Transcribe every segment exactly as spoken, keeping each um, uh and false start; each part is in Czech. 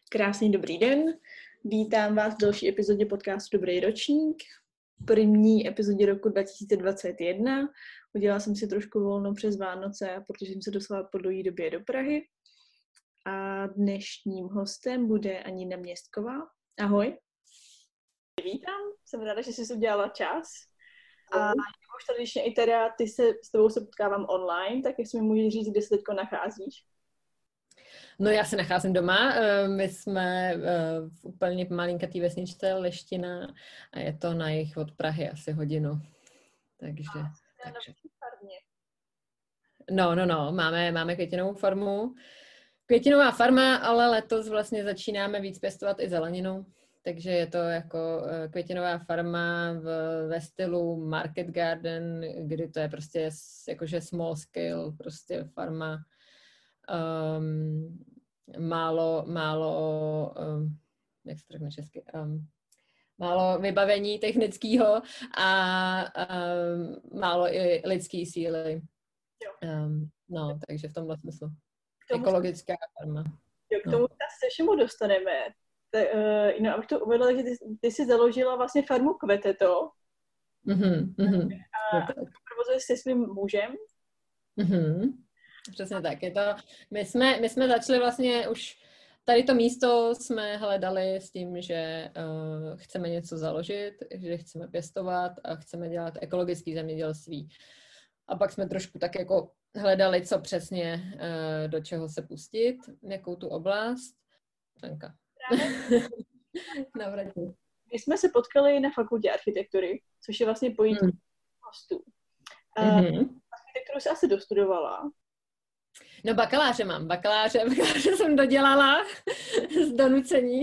Krásný dobrý den, vítám vás v další epizodě podcastu Dobrý ročník, první epizodě roku dva tisíce dvacet jedna. Udělala jsem si trošku volno přes Vánoce, protože jsem se dostala po dlouhé době do Prahy. A dnešním hostem bude Anina Městková. Ahoj. Vítám, jsem ráda, že jsi si udělala čas. A už tradičně i teda ty se, s tebou se potkávám online, tak jestli mi můžeš říct, kde se teďko nacházíš? No já se nacházím doma, my jsme v úplně malinkatý vesničce Leština a je to na jih od Prahy asi hodinu, takže... A, takže. farmě. No, no, no, máme, máme květinovou farmu, květinová farma, ale letos vlastně začínáme víc pěstovat i zeleninu, takže je to jako květinová farma v, ve stylu market garden, kdy to je prostě jakože small scale, prostě farma. Um, málo, málo, um, jak se to řekne česky, um, málo vybavení technického a um, málo i lidský síly. Um, no, takže v tomhle smyslu. Tomu ekologická farma. Jo, k tomu no. se všemu dostaneme. Te, uh, no, abych to uvedla, že ty, ty jsi založila vlastně farmu Kveteto. Mm-hmm, mm-hmm. A provozuješ se svým mužem. Mm-hmm. Přesně tak. Je to, my, jsme, my jsme začali vlastně už, tady to místo jsme hledali s tím, že uh, chceme něco založit, že chceme pěstovat a chceme dělat ekologické zemědělství. A pak jsme trošku tak jako hledali, co přesně, uh, do čeho se pustit, jakou tu oblast. Franka. Navratně. My jsme se potkali na fakultě architektury, což je vlastně pojítí hmm. hostů. Uh, mm-hmm. Architekturu jsi asi dostudovala. No bakaláře mám, bakaláře, bakaláře jsem dodělala z donucení.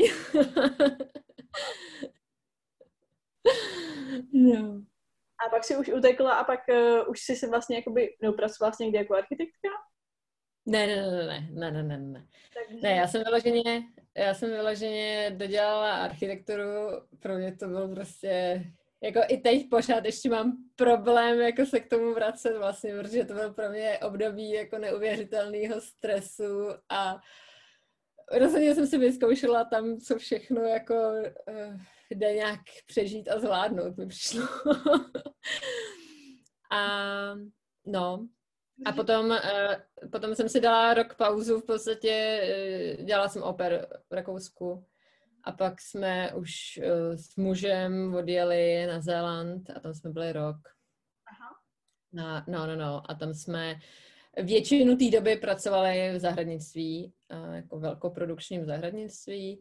No. A pak si už utekla a pak uh, už jsi se vlastně jakoby, no pracovala někde jako architektka? Ne, ne, ne, ne, ne, ne, ne, ne. Takže... Ne, já jsem vyloženě, já jsem vyloženě dodělala architekturu, pro mě to bylo prostě... Jako i teď pořád ještě mám problém jako se k tomu vracet vlastně, protože to bylo pro mě období jako neuvěřitelného stresu a rozhodně jsem si vyzkoušela tam, co všechno jako uh, jde nějak přežít a zvládnout, mi přišlo. A no, a potom, uh, potom jsem si dala rok pauzu, v podstatě uh, dělala jsem oper v Rakousku. A pak jsme už uh, s mužem odjeli na Zéland a tam jsme byli rok. Aha. A, no, no, no. A tam jsme většinu té doby pracovali v zahradnictví, uh, jako velkoprodukčním zahradnictví.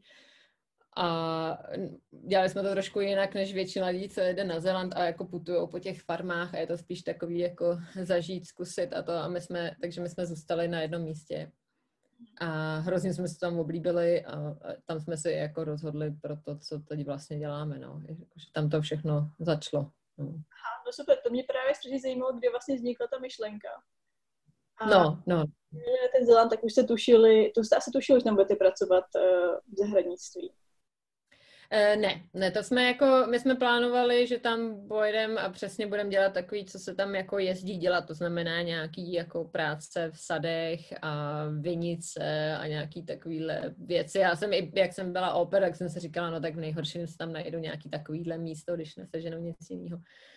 A dělali jsme to trošku jinak, než většina lidí, co jede na Zéland a jako putujou po těch farmách a je to spíš takový jako zažít, zkusit a to. A my jsme, takže my jsme zůstali na jednom místě. A hrozně jsme se tam oblíbili a tam jsme si jako rozhodli pro to, co teď vlastně děláme, no. Že tam to všechno začalo. No. Aha, no super, to mě právě strašně zajímalo, kde vlastně vznikla ta myšlenka. A no, no. Ten Zéland, tak už jste tušili, to jste asi tušili, že tam budete pracovat uh, v zahradnictví. Uh, ne, ne, to jsme jako, my jsme plánovali, že tam pojedeme a přesně budeme dělat takový, co se tam jako jezdí dělat, to znamená nějaký jako práce v sadech a vinice a nějaký takovýhle věci. Já jsem i, jak jsem byla oper, tak jsem si říkala, no tak v nejhorším se tam najdu nějaký takovýhle místo, když neseženou nic jiného.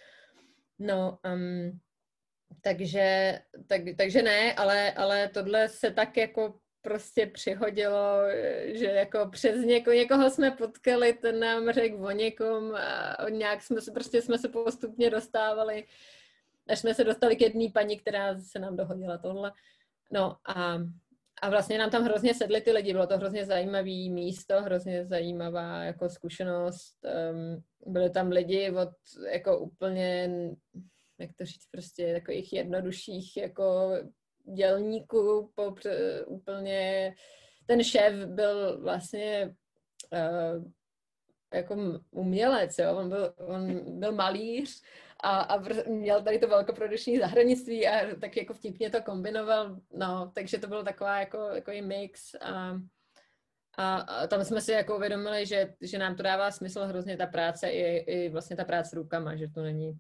No, um, takže, tak, takže ne, ale, ale tohle se tak jako prostě přihodilo, že jako přes něko, někoho jsme potkali, ten nám řekl o někom a nějak jsme se, prostě jsme se postupně dostávali, až jsme se dostali k jedné paní, která se nám dohodila tohle. No a, a vlastně nám tam hrozně sedli ty lidi, bylo to hrozně zajímavý místo, hrozně zajímavá jako zkušenost. Um, byli tam lidi od jako úplně, jak to říct, prostě takových jednodušších jako dělníků, po úplně, ten šéf byl vlastně uh, jako umělec, jo? On, byl, on byl malíř a, a měl tady to velkoprodukční zahradnictví a tak jako vtipně to kombinoval, no, takže to byl taková jako, jako mix a, a, a tam jsme si jako uvědomili, že, že nám to dává smysl hrozně ta práce i, i vlastně ta práce rukama, že to není,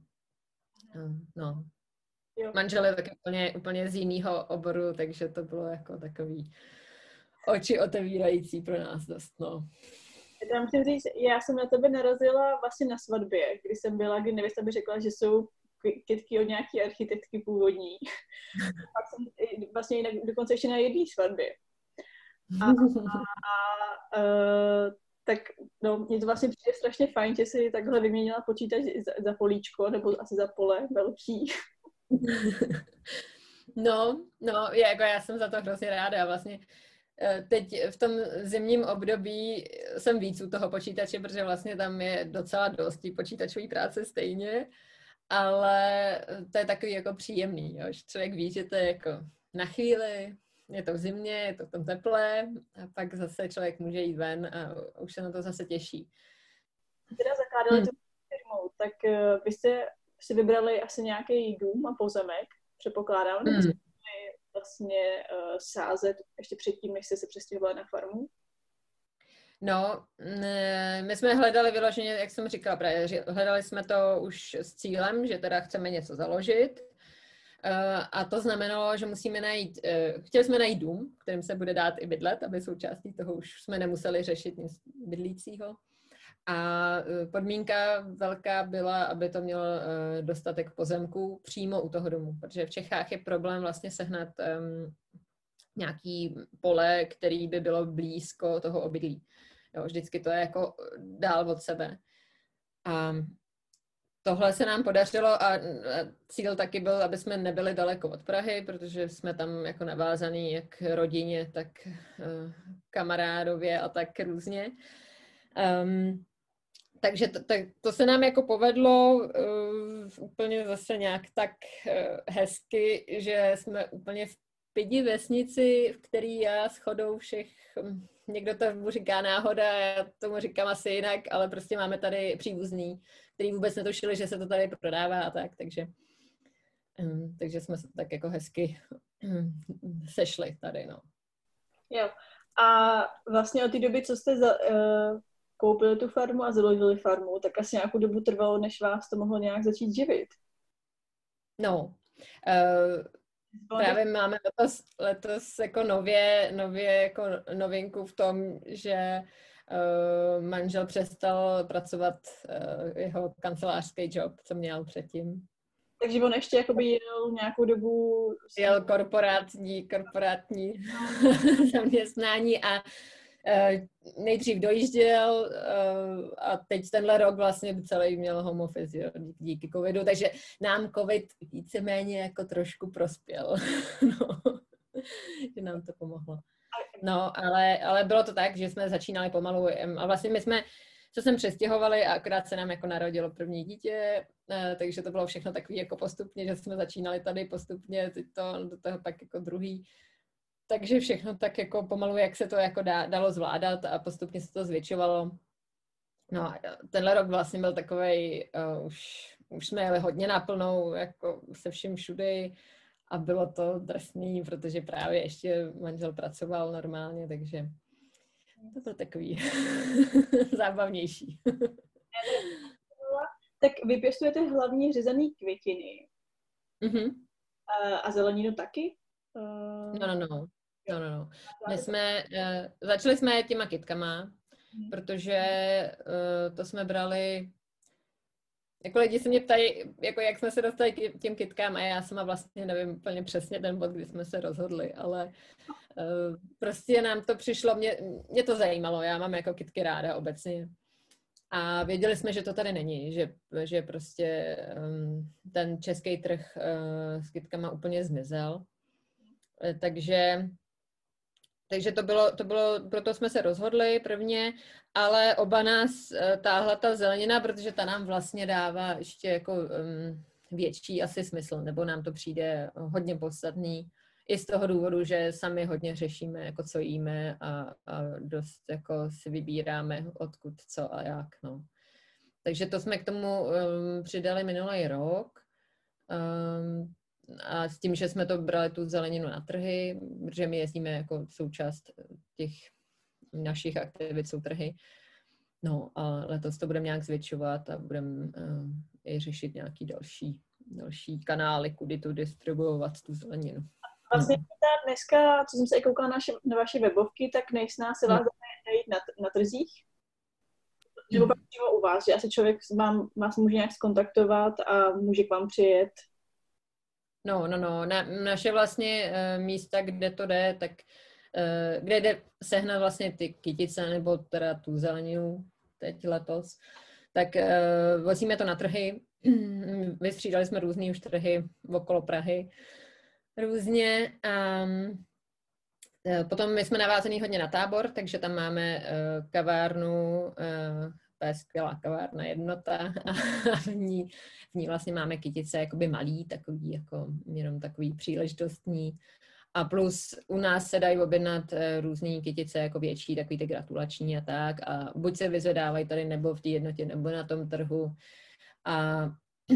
no. Jo. Manžel je tak úplně, úplně z jiného oboru, takže to bylo jako takový oči otevírající pro nás dost, no. Já musím říct, já jsem na tebe narazila vlastně na svatbě, kdy jsem byla, kdy nevěsta mi řekla, že jsou kytky od nějaký architektky původní. Pak jsem vlastně jinak, dokonce ještě na jedné svatbě. A, a, a uh, tak no, mě to vlastně přijde strašně fajn, že si takhle vyměnila počítač za, za políčko, nebo asi za pole velký. No, no, jako já jsem za to hrozně ráda. Vlastně teď v tom zimním období jsem víc u toho počítače, protože vlastně tam je docela dost počítačové práce stejně, ale to je takový jako příjemný, jo? Že člověk ví, že to je jako na chvíli, je to v zimě, je to v tom teple a pak zase člověk může jít ven a už se na to zase těší. Teda zakládali hmm. tu firmu, tak uh, vy jste si vybrali asi nějaký dům a pozemek, předpokládám, nebo hmm. vlastně uh, sázet ještě předtím, než jste se přestěhovali na farmu? No, my jsme hledali vyloženě, jak jsem říkala, právě, hledali jsme to už s cílem, že teda chceme něco založit. A to znamenalo, že musíme najít, chtěli jsme najít dům, kterým se bude dát i bydlet, aby součástí toho už jsme nemuseli řešit nic bydlícího. A podmínka velká byla, aby to mělo dostatek pozemků přímo u toho domu, protože v Čechách je problém vlastně sehnat um, nějaký pole, který by bylo blízko toho obydlí. Jo, vždycky to je jako dál od sebe. A tohle se nám podařilo a cíl taky byl, aby jsme nebyli daleko od Prahy, protože jsme tam jako navázaný jak rodině, tak uh, kamarádově a tak různě. Um, takže to, to, to se nám jako povedlo uh, úplně zase nějak tak uh, hezky, že jsme úplně v pidi vesnici, v který já shodou všech, um, někdo tomu říká náhoda, já tomu říkám asi jinak, ale prostě máme tady příbuzný, který vůbec netušili, že se to tady prodává a tak, takže, um, takže jsme se tak jako hezky um, sešli tady, no. Jo. A vlastně od té doby, co jste za, uh, koupili tu farmu a založili farmu, tak asi nějakou dobu trvalo, než vás to mohlo nějak začít živit. No, uh, právě máme letos, letos jako nově, nově jako novinku v tom, že uh, manžel přestal pracovat uh, jeho kancelářský job, co měl předtím. Takže on ještě jakoby jel nějakou dobu... Jel korporátní, korporátní zaměstnání a uh, nejdřív dojížděl uh, a teď tenhle rok vlastně celý měl home office, jo, díky covidu, takže nám covid víceméně jako trošku prospěl. No, že nám to pomohlo. No, ale, ale bylo to tak, že jsme začínali pomalu a vlastně my jsme se sem přestěhovali a akorát se nám jako narodilo první dítě, takže to bylo všechno takový jako postupně, že jsme začínali tady postupně, teď to do toho pak jako druhý. Takže všechno tak jako pomalu, jak se to jako dá, dalo zvládat a postupně se to zvětšovalo. No a tenhle rok vlastně byl takovej, uh, už, už jsme jeli hodně naplnou, jako se vším všudy a bylo to drsný, protože právě ještě manžel pracoval normálně, takže to bylo takový zábavnější. Tak vy pěstujete hlavně řezaný květiny. Mm-hmm. A, a zeleninu taky? Uh... No, no, no. No, no, no. My jsme, uh, začali jsme těma kytkama, hmm. protože uh, to jsme brali, jako lidi se mě ptají, jako jak jsme se dostali k těm kytkám a já sama vlastně nevím úplně přesně ten bod, kdy jsme se rozhodli, ale uh, prostě nám to přišlo, mě, mě to zajímalo, já mám jako kytky ráda obecně. A věděli jsme, že to tady není, že, že prostě um, ten český trh uh, s kytkama úplně zmizel. Takže, takže to bylo, to bylo, proto jsme se rozhodli prvně, ale oba nás táhla ta zelenina, protože ta nám vlastně dává ještě jako um, větší asi smysl, nebo nám to přijde hodně podstatný. I z toho důvodu, že sami hodně řešíme, jako co jíme a, a dost jako si vybíráme odkud co a jak, no. Takže to jsme k tomu um, přidali minulý rok. Um, a s tím, že jsme to brali tu zeleninu na trhy, protože my jezdíme jako součást těch našich aktivit, jsou trhy. No a letos to budeme nějak zvětšovat a budeme uh, i řešit nějaký další, další kanály, kudy tu distribuovat tu zeleninu. Vlastně dneska, co jsem se i koukala na, na vaše webovky, tak nejsná se vás dá najít na, na trzích. Že opravdu přímo u vás, že asi člověk vám, vás může nějak skontaktovat a může k vám přijet. No, no, no. Na, naše vlastně uh, místa, kde to jde, tak uh, kde jde sehnat vlastně ty kytice nebo teda tu zeleninu teď letos, tak uh, vozíme to na trhy. Vystřídali jsme různý už trhy okolo Prahy. Různě. Um, potom my jsme navázaný hodně na Tábor, takže tam máme uh, kavárnu, uh, to je skvělá kavárna Jednota a v ní, v ní vlastně máme kytice jakoby malý, takový jako jenom takový příležitostní. A plus u nás se dají objednat uh, různý kytice jako větší, takový ty gratulační a tak. A buď se vyzvedávají tady nebo v té Jednotě nebo na tom trhu. A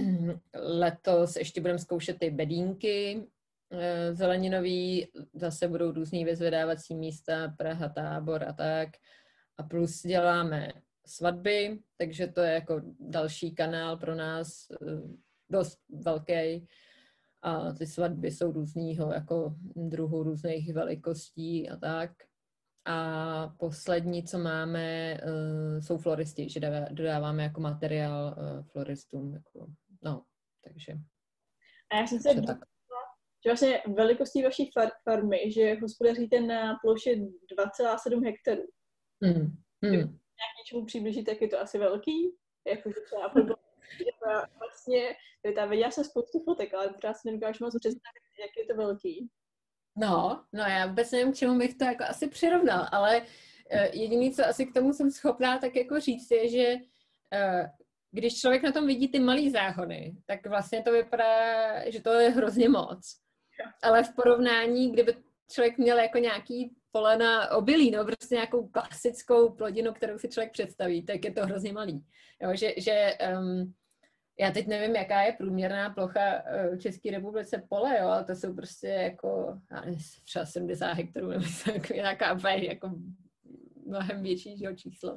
letos ještě budeme zkoušet ty bedínky zeleninový, zase budou různý vyzvedávací místa, Praha, Tábor a tak. A plus děláme svatby, takže to je jako další kanál pro nás dost velký. A ty svatby jsou různýho jako druhu, různých velikostí a tak. A poslední, co máme, jsou floristi, že dodáváme jako materiál floristům. Jako, no, takže... A já jsem se že vlastně velikostí vaší far- farmy, že hospodaříte na ploše dva celá sedm hektarů. Mm. Mm. Nějak něčemu přiblížit, tak je to asi velký. Jakože třeba pro vlastně, tam viděla jsem spoustu fotek, ale pořád si nedokážu moc představit, jak je to velký. No, no já vůbec nevím, k čemu bych to jako asi přirovnal, ale uh, jediný, co asi k tomu jsem schopná tak jako říct, je, že uh, když člověk na tom vidí ty malý záhony, tak vlastně to vypadá, že to je hrozně moc. Ale v porovnání, kdyby člověk měl jako nějaký pole na obilí, no prostě nějakou klasickou plodinu, kterou si člověk představí, tak je to hrozně malý. Jo, že, že um, já teď nevím, jaká je průměrná plocha v České republice pole, jo, ale to jsou prostě jako, já nevím, třeba sedmdesát hektarů, nebo nějaká jako mnohem větší číslo.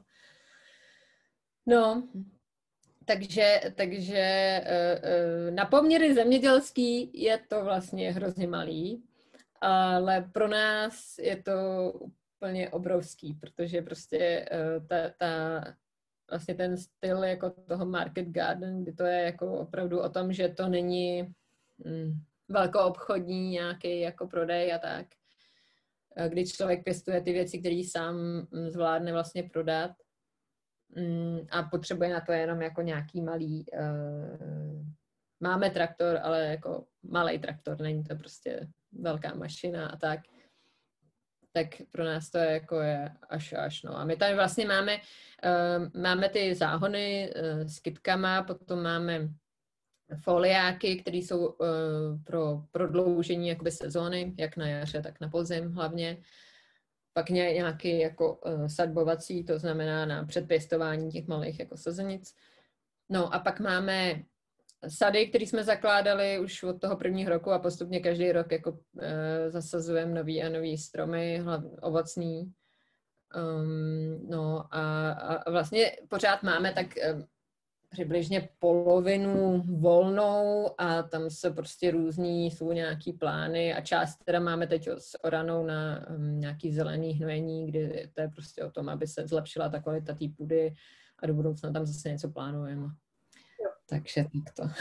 No, takže, takže na poměry zemědělský je to vlastně hrozně malý, ale pro nás je to úplně obrovský, protože prostě ta, ta vlastně ten styl jako toho market garden, kdy to je jako opravdu o tom, že to není mm, velkoobchodní nějaký jako prodej a tak, kdy člověk pěstuje ty věci, které sám zvládne vlastně prodat mm, a potřebuje na to jenom jako nějaký malý uh, máme traktor, ale jako malej traktor, není to prostě velká mašina a tak. Tak pro nás to je jako je až až, no. A my tady vlastně máme, uh, máme ty záhony uh, s kytkama, potom máme foliáky, které jsou uh, pro prodloužení jakoby sezóny, jak na jaře, tak na podzim hlavně. Pak nějaký jako uh, sadbovací, to znamená na předpěstování těch malých jako sazenic. No a pak máme sady, které jsme zakládali už od toho prvního roku a postupně každý rok jako e, zasazujeme nový a nový stromy, hlavně ovocný. Um, no a, a vlastně pořád máme tak e, přibližně polovinu volnou a tam se prostě různý, jsou nějaký plány a část teda máme teď s oranou na um, nějaký zelený hnojení, kdy to je prostě o tom, aby se zlepšila ta kvalita té půdy a do budoucna tam zase něco plánujeme. Takže tak to.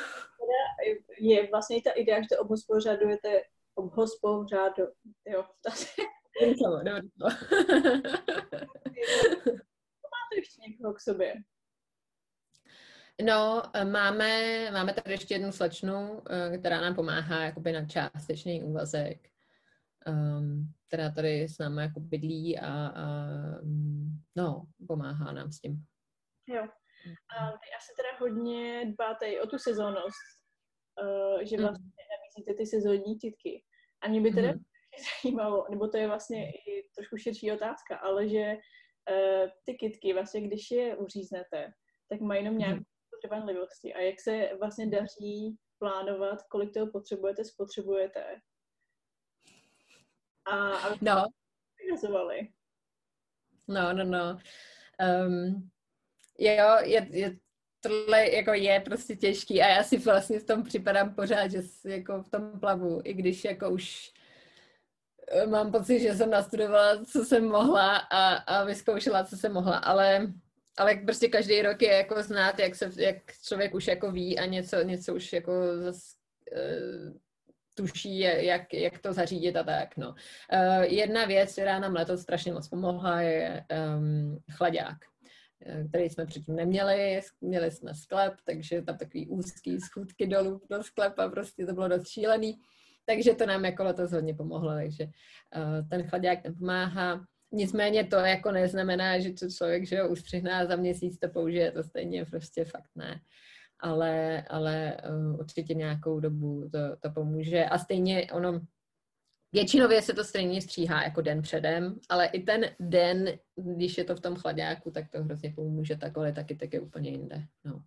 Je vlastně ta idea, že to obhospodařujete, obhospodařu, jo, Dobrý slovo, dobrý slovo. Máte ještě někoho k sobě? No, máme, máme tady ještě jednu slečnu, která nám pomáhá jakoby na částečný úvazek, um, která tady s námi jako bydlí a, a no, pomáhá nám s tím. Jo. A vy asi teda hodně dbáte i o tu sezónnost, uh, že vlastně nabízíte ty sezónní kytky. A mě by teda mm. zajímalo, nebo to je vlastně i trošku širší otázka, ale že uh, ty kytky vlastně, když je uříznete, tak mají jenom nějakou trvanlivosti. A jak se vlastně daří plánovat, kolik toho potřebujete, spotřebujete. A aby no. vykazovali. No, no, no. Um, jo, je, je tohle jako je prostě těžký a já si vlastně v tom připadám pořád, že jako v tom plavu, i když jako už mám pocit, že jsem nastudovala, co jsem mohla a, a vyzkoušela, co jsem mohla, ale, ale prostě každý rok je jako znát, jak, se, jak člověk už jako ví a něco, něco už jako zas, uh, tuší, jak, jak to zařídit a tak, no. Uh, jedna věc, která nám letos strašně moc pomohla, je um, chlaďák, který jsme předtím neměli, měli jsme sklep, takže tam takový úzký schůdky dolů do sklepa, prostě to bylo dost šílený. Takže to nám jako letos hodně pomohlo, takže uh, ten chlaďák tam pomáhá. Nicméně to jako neznamená, že to člověk, že ho ustřihná za měsíc to použije, to stejně prostě fakt ne. Ale, ale uh, určitě nějakou dobu to, to pomůže. A stejně ono, většinově se to stejně stříhá jako den předem, ale i ten den, když je to v tom chlaďáku, tak to hrozně pomůže, takhle taky tak je úplně jinde. No.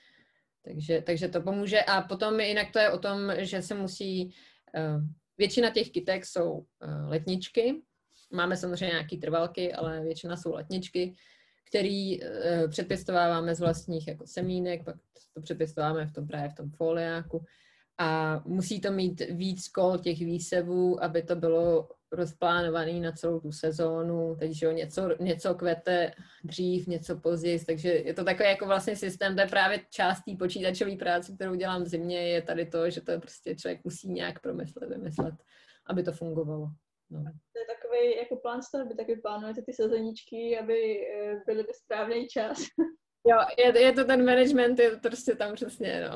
Takže, takže to pomůže. A potom jinak to je o tom, že se musí většina těch kytek jsou letničky. Máme samozřejmě nějaké trvalky, ale většina jsou letničky, které předpěstováváme z vlastních jako semínek, pak to předpěstováme v tom právě v tom foliáku. A musí to mít víc kol těch výsevů, aby to bylo rozplánované na celou tu sezónu. Takže něco, něco kvete dřív, něco později, takže je to takový jako vlastně systém, to je právě část té počítačové práce, kterou dělám v zimě, je tady to, že to je prostě člověk musí nějak promyslet, vymyslet, aby to fungovalo. No. To je takový jako plán stavby, taky plánujete ty sezoničky, aby byly ve správný čas. Jo, je, je to ten management, je to prostě tam přesně, no.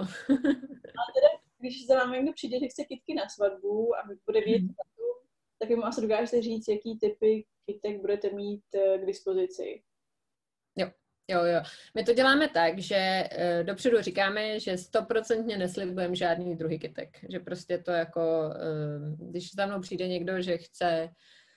A teda, když za vámi někdo přijde, že chce kytky na svatbu a bude vědět, hmm. tak vy mu asi dokážete říct, jaký typy kytek budete mít k dispozici. Jo, jo, jo. My to děláme tak, že uh, dopředu říkáme, že stoprocentně neslibujeme žádný druhý kytek. Že prostě to jako, uh, když za mnou přijde někdo, že chce,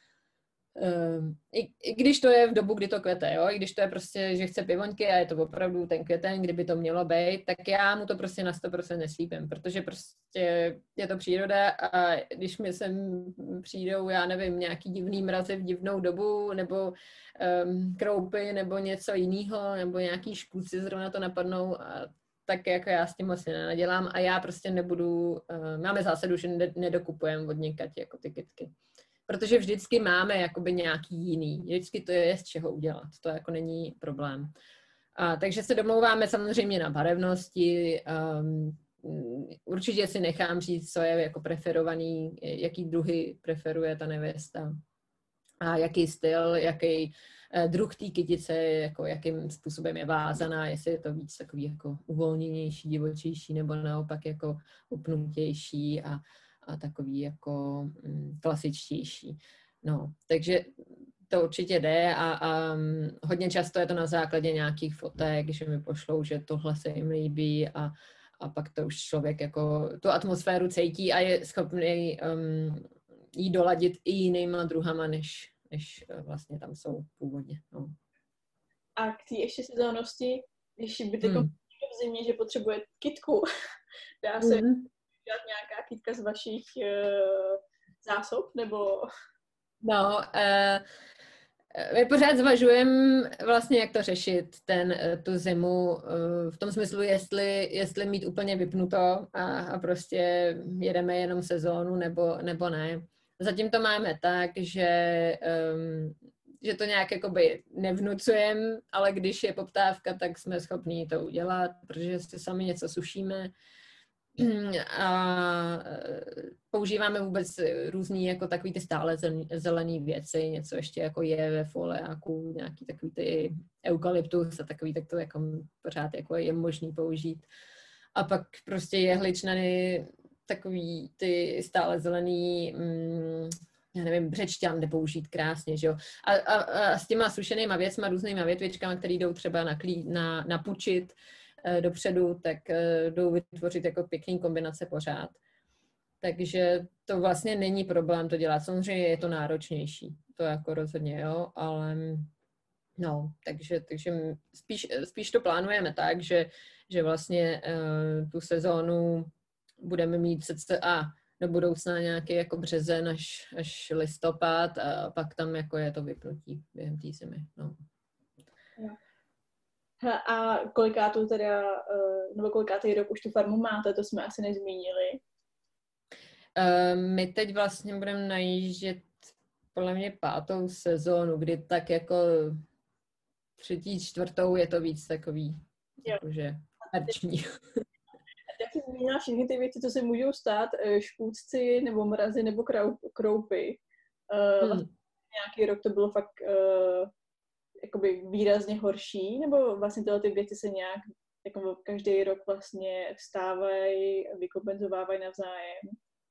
uh, i, i když to je v dobu, kdy to kvete, jo, i když to je prostě, že chce pivoňky a je to opravdu ten květen, kdyby to mělo být, tak já mu to prostě na sto procent neslíbím, protože prostě je to příroda a když mi sem přijdou, já nevím, nějaký divný mrazy v divnou dobu, nebo um, kroupy, nebo něco jiného, nebo nějaký škůdci zrovna to napadnou, a tak jako já s tím asi nenadělám a já prostě nebudu, uh, máme zásadu, že nedokupujeme od někať jako ty kytky. Protože vždycky máme jakoby nějaký jiný. Vždycky to je z čeho udělat. To jako není problém. A, takže se domlouváme samozřejmě na barevnosti. Um, určitě si nechám říct, co je jako preferovaný, jaký druhy preferuje ta nevěsta. A jaký styl, jaký uh, druh té kytice, jako jakým způsobem je vázaná, jestli je to víc takový jako uvolněnější, divočejší, nebo naopak jako upnutější a a takový jako mm, klasičtější. No, takže to určitě jde a, a hodně často je to na základě nějakých fotek, že mi pošlou, že tohle se jim líbí a, a pak to už člověk jako tu atmosféru cítí a je schopný um, jí doladit i jinýma druhama, než, než vlastně tam jsou původně. No. A k té ještě sezónnosti, když byte hmm. v zimě, že potřebuje kytku, dá se hmm. dělat nějaká kytka z vašich uh, zásob, nebo... No, uh, my pořád zvažujeme vlastně, jak to řešit, ten, tu zimu, uh, v tom smyslu, jestli, jestli mít úplně vypnuto a, a prostě jedeme jenom sezónu, nebo, nebo ne. Zatím to máme tak, že, um, že to nějak jakoby nevnucujeme, ale když je poptávka, tak jsme schopní to udělat, protože si sami něco sušíme. A používáme vůbec různý jako takový ty stále zelený věci, něco ještě jako je ve foliáku, nějaký takový ty eukalyptus a takový, tak to jako pořád jako je možný použít. A pak prostě jehličnany, takový ty stále zelený, mm, já nevím, břečťan jde použít krásně, že jo. A, a, a s těma sušenýma věcma, různýma větvičkama, které jdou třeba naklí, na, napučit, dopředu, tak jdou vytvořit jako pěkný kombinace pořád. Takže to vlastně není problém to dělat. Samozřejmě je to náročnější. To jako rozhodně, jo, ale no, takže, takže spíš, spíš to plánujeme tak, že, že vlastně uh, tu sezónu budeme mít cca do budoucna nějaký jako březen až, až listopad a pak tam jako je to vypnutí během té zimy, no. A kolikátou teda, nebo kolikátý rok už tu farmu máte, to jsme asi nezmínili. Uh, my teď vlastně budeme najíždět podle mě pátou sezónu, kdy tak jako třetí, čtvrtou je to víc takový, jakože herční. Jak jsi zmínila všechny ty věci, co se můžou stát, škůdci nebo mrazy nebo kroupy. Uh, hmm. Nějaký rok to bylo fakt uh, jakoby výrazně horší, nebo vlastně tyhle ty věci se nějak jako každý rok vlastně vstávají, vykompenzovávají navzájem?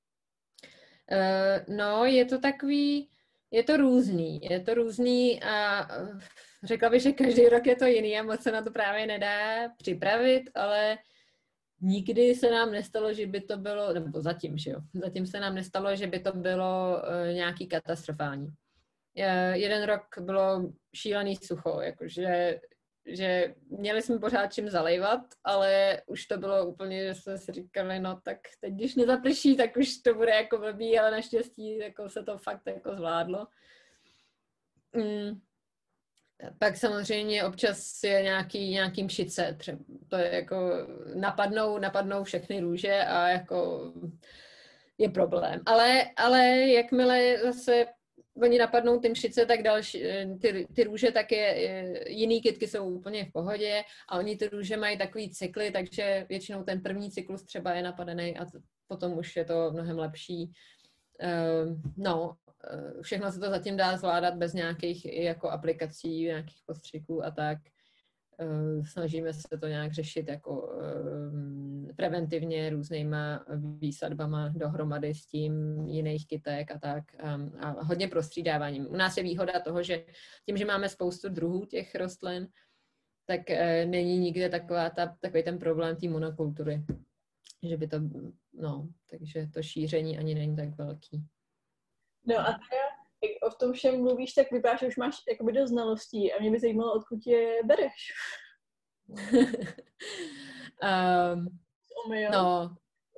Uh, no, je to takový, je to různý, je to různý a řekla bych, že každý rok je to jiný a moc se na to právě nedá připravit, ale nikdy se nám nestalo, že by to bylo, nebo zatím, že jo, zatím se nám nestalo, že by to bylo uh, nějaký katastrofální. Uh, jeden rok bylo šílený sucho, jakože že měli jsme pořád čím zalejvat, ale už to bylo úplně, že jsme si říkali, no tak teď, když nezaprší, tak už to bude jako blbý, ale naštěstí jako se to fakt jako zvládlo. Mm. Pak samozřejmě občas je nějaký, nějaký mšice, třeba to je jako napadnou, napadnou všechny růže a jako je problém. Ale, ale jakmile zase oni napadnou ty mšice, tak další, ty, ty růže, tak je, jiný kytky jsou úplně v pohodě a oni ty růže mají takový cykly, takže většinou ten první cyklus třeba je napadený a t- potom už je to mnohem lepší. Uh, no, uh, všechno se to zatím dá zvládat bez nějakých jako aplikací, nějakých postřiků a tak. Uh, snažíme se to nějak řešit jako uh, preventivně různýma výsadbama dohromady s tím jiných kytek a tak um, a hodně prostřídáváním. U nás je výhoda toho, že tím, že máme spoustu druhů těch rostlin, tak uh, není nikde taková ta, takový ten problém té monokultury, že by to, no, takže to šíření ani není tak velký. No a teda, jak o tom všem mluvíš, tak vypadá, že už máš jakoby dost znalostí a mě by zajímalo, odkud je bereš. um, no,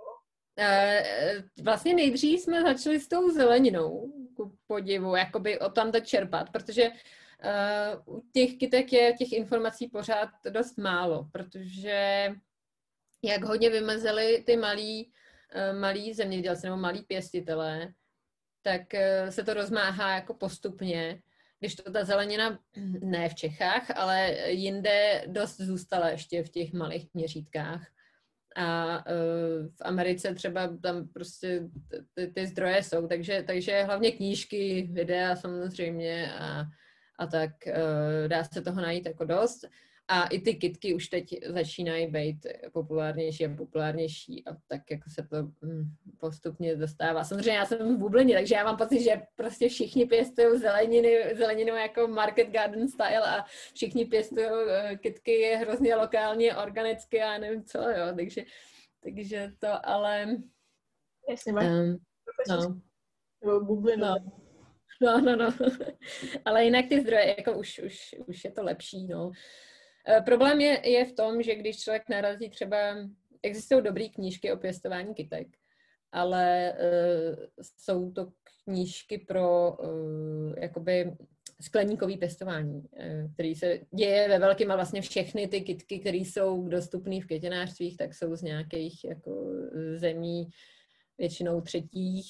uh, vlastně nejdřív jsme začali s tou zeleninou, ku podivu, jakoby o tam to čerpat, protože uh, u těch kytek je těch informací pořád dost málo, protože jak hodně vymezili ty malí, uh, malí zemědělci nebo malí pěstitelé, tak uh, se to rozmáhá jako postupně, když to ta zelenina ne v Čechách, ale jinde dost zůstala ještě v těch malých měřítkách. A uh, v Americe třeba tam prostě ty, ty zdroje jsou, takže, takže hlavně knížky, videa samozřejmě a, a tak uh, dá se toho najít jako dost. A i ty kytky už teď začínají být populárnější a populárnější a tak jako se to hm, postupně dostává. Samozřejmě já jsem v bublině, takže já mám pocit, že prostě všichni pěstují zeleniny, zeleninu jako market garden style a všichni pěstují uh, kytky hrozně lokálně, organicky a nevím co, jo, takže, takže to ale... Jasně, máš um, no. bublinu. No. No, no, no. Ale jinak ty zdroje, jako už, už, už je to lepší, no. Problém je, je v tom, že když člověk narazí třeba, existují dobré knížky o pěstování kytek, ale uh, jsou to knížky pro uh, jakoby skleníkový pěstování, uh, který se děje ve velkém a vlastně všechny ty kytky, které jsou dostupné v květinářstvích, tak jsou z nějakých jako zemí, většinou třetích,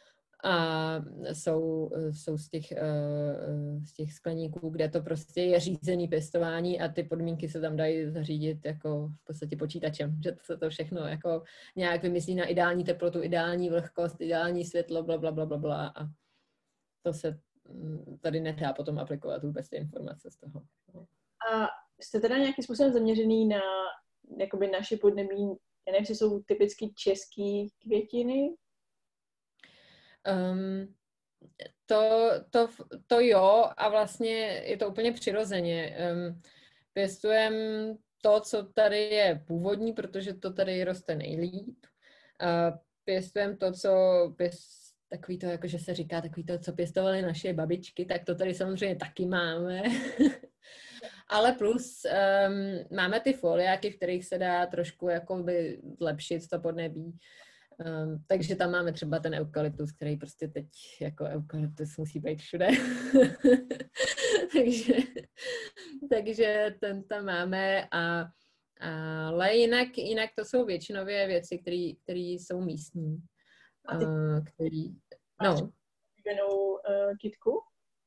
a jsou, jsou z, těch, z těch skleníků, kde to prostě je řízený pěstování a ty podmínky se tam dají zařídit jako v podstatě počítačem, že se to všechno jako nějak vymyslí na ideální teplotu, ideální vlhkost, ideální světlo, bla, bla, bla, bla, bla a to se tady nedá potom aplikovat vůbec ty informace z toho. A jste teda nějakým způsobem zaměřený na jakoby naše podnebí, já nevím, jestli jsou typicky český květiny? Um, to, to, to jo a vlastně je to úplně přirozeně. Um, pěstujeme to, co tady je původní, protože to tady roste nejlíp. Uh, pěstujeme to, co pěst, takový to, jako že se říká, takový to, co pěstovali naše babičky, tak to tady samozřejmě taky máme. Ale plus um, máme ty foliáky, v kterých se dá trošku jakoby zlepšit to podnebí. Um, takže tam máme třeba ten eukalyptus, který prostě teď jako eukalyptus musí být všude. takže, takže ten tam máme a ale jinak, jinak to jsou většinově věci, které jsou místní. A ty Uh, který, máš no. oblíbenou uh, kytku?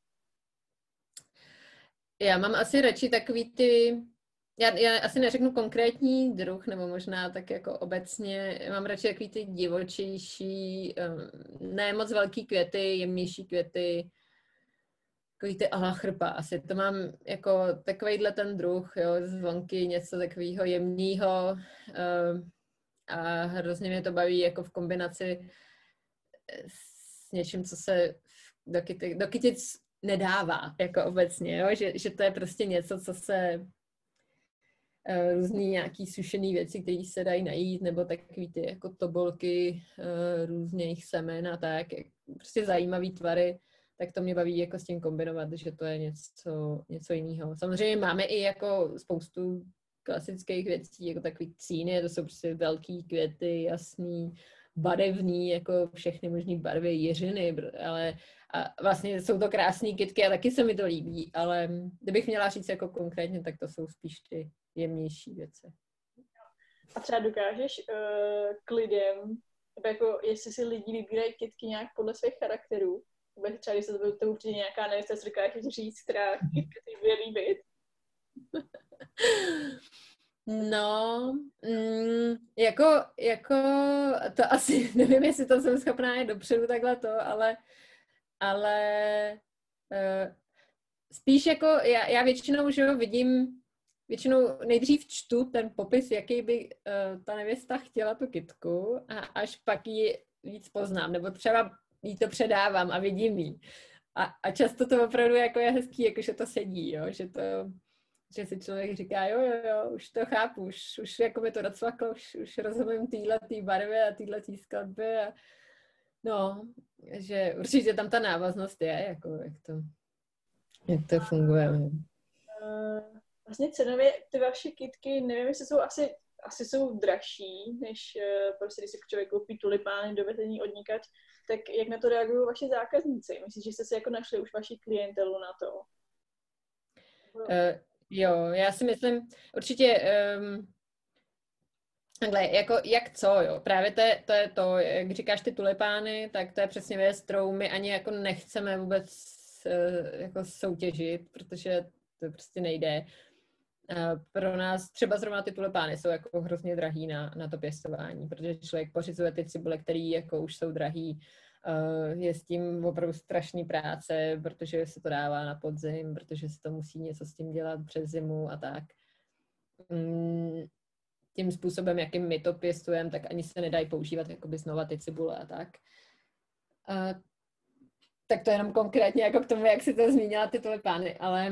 Já mám asi radši takový ty, já, já asi neřeknu konkrétní druh, nebo možná tak jako obecně, mám radši takový ty divočejší, um, ne moc velký květy, jemnější květy, takový ty ala chrpa, asi to mám jako takovejhle ten druh, jo, zvonky, něco takového jemného um, a hrozně mě to baví jako v kombinaci s něčím, co se do, kyty, do kytic nedává, jako obecně, jo? Že, že to je prostě něco, co se uh, různý nějaký sušený věci, které se dají najít, nebo takový ty jako tobolky uh, různých semen a tak, prostě zajímavý tvary, tak to mě baví jako s tím kombinovat, že to je něco, něco jiného. Samozřejmě máme i jako spoustu klasických věcí, jako takový cíny, to jsou prostě velký květy, jasný, barevný, jako všechny možné barvy, jiřiny, ale a vlastně jsou to krásné kytky a taky se mi to líbí, ale kdybych měla říct jako konkrétně, tak to jsou spíš ty jemnější věci. A třeba dokážeš uh, k lidem, jako jestli si lidi vybírají kytky nějak podle svých charakterů, nebo třeba když se to, to určitě nějaká nevím, jestli dokážeš říct, která kytka si bude líbit? No, mm, jako, jako to asi, nevím, jestli to jsem schopná je dopředu takhle to, ale, ale uh, spíš jako, já, já většinou, že jo, vidím, většinou nejdřív čtu ten popis, jaký by uh, ta nevěsta chtěla tu kytku a až pak ji víc poznám, nebo třeba jí to předávám a vidím jí. A, a často to opravdu jako je hezký, jako že to sedí, jo, že to... že si člověk říká, jo, jo, jo, už to chápu, už, už jako mi to docvaklo, už, už rozumím týhletý barvy a týhletý skladby a no, že určitě tam ta návaznost je, jako jak to, jak to funguje. Uh, vlastně cenově ty vaše kytky, nevím, jestli jsou asi, asi jsou dražší, než uh, prostě, když si člověk koupí tulipány dovezení odnikat, tak jak na to reagují vaši zákazníci? Myslíš, že jste si jako našli už vaši klientelu na to? Uh, Jo, já si myslím, určitě, um, takhle, jako jak co, jo, právě to je, to je to, jak říkáš ty tulipány, tak to je přesně věc, kterou my ani jako nechceme vůbec uh, jako soutěžit, protože to prostě nejde. Uh, pro nás třeba zrovna ty tulipány jsou jako hrozně drahý na, na to pěstování, protože člověk pořizuje ty cibule, které jako už jsou drahý. Uh, je s tím opravdu strašný práce, protože se to dává na podzim, protože se to musí něco s tím dělat přes zimu a tak. Mm, tím způsobem, jakým my to pěstujeme, tak ani se nedají používat jakoby znova ty cibule a tak. Uh, tak to jenom konkrétně jako k tomu, jak si to zmínila ty tulipány, ale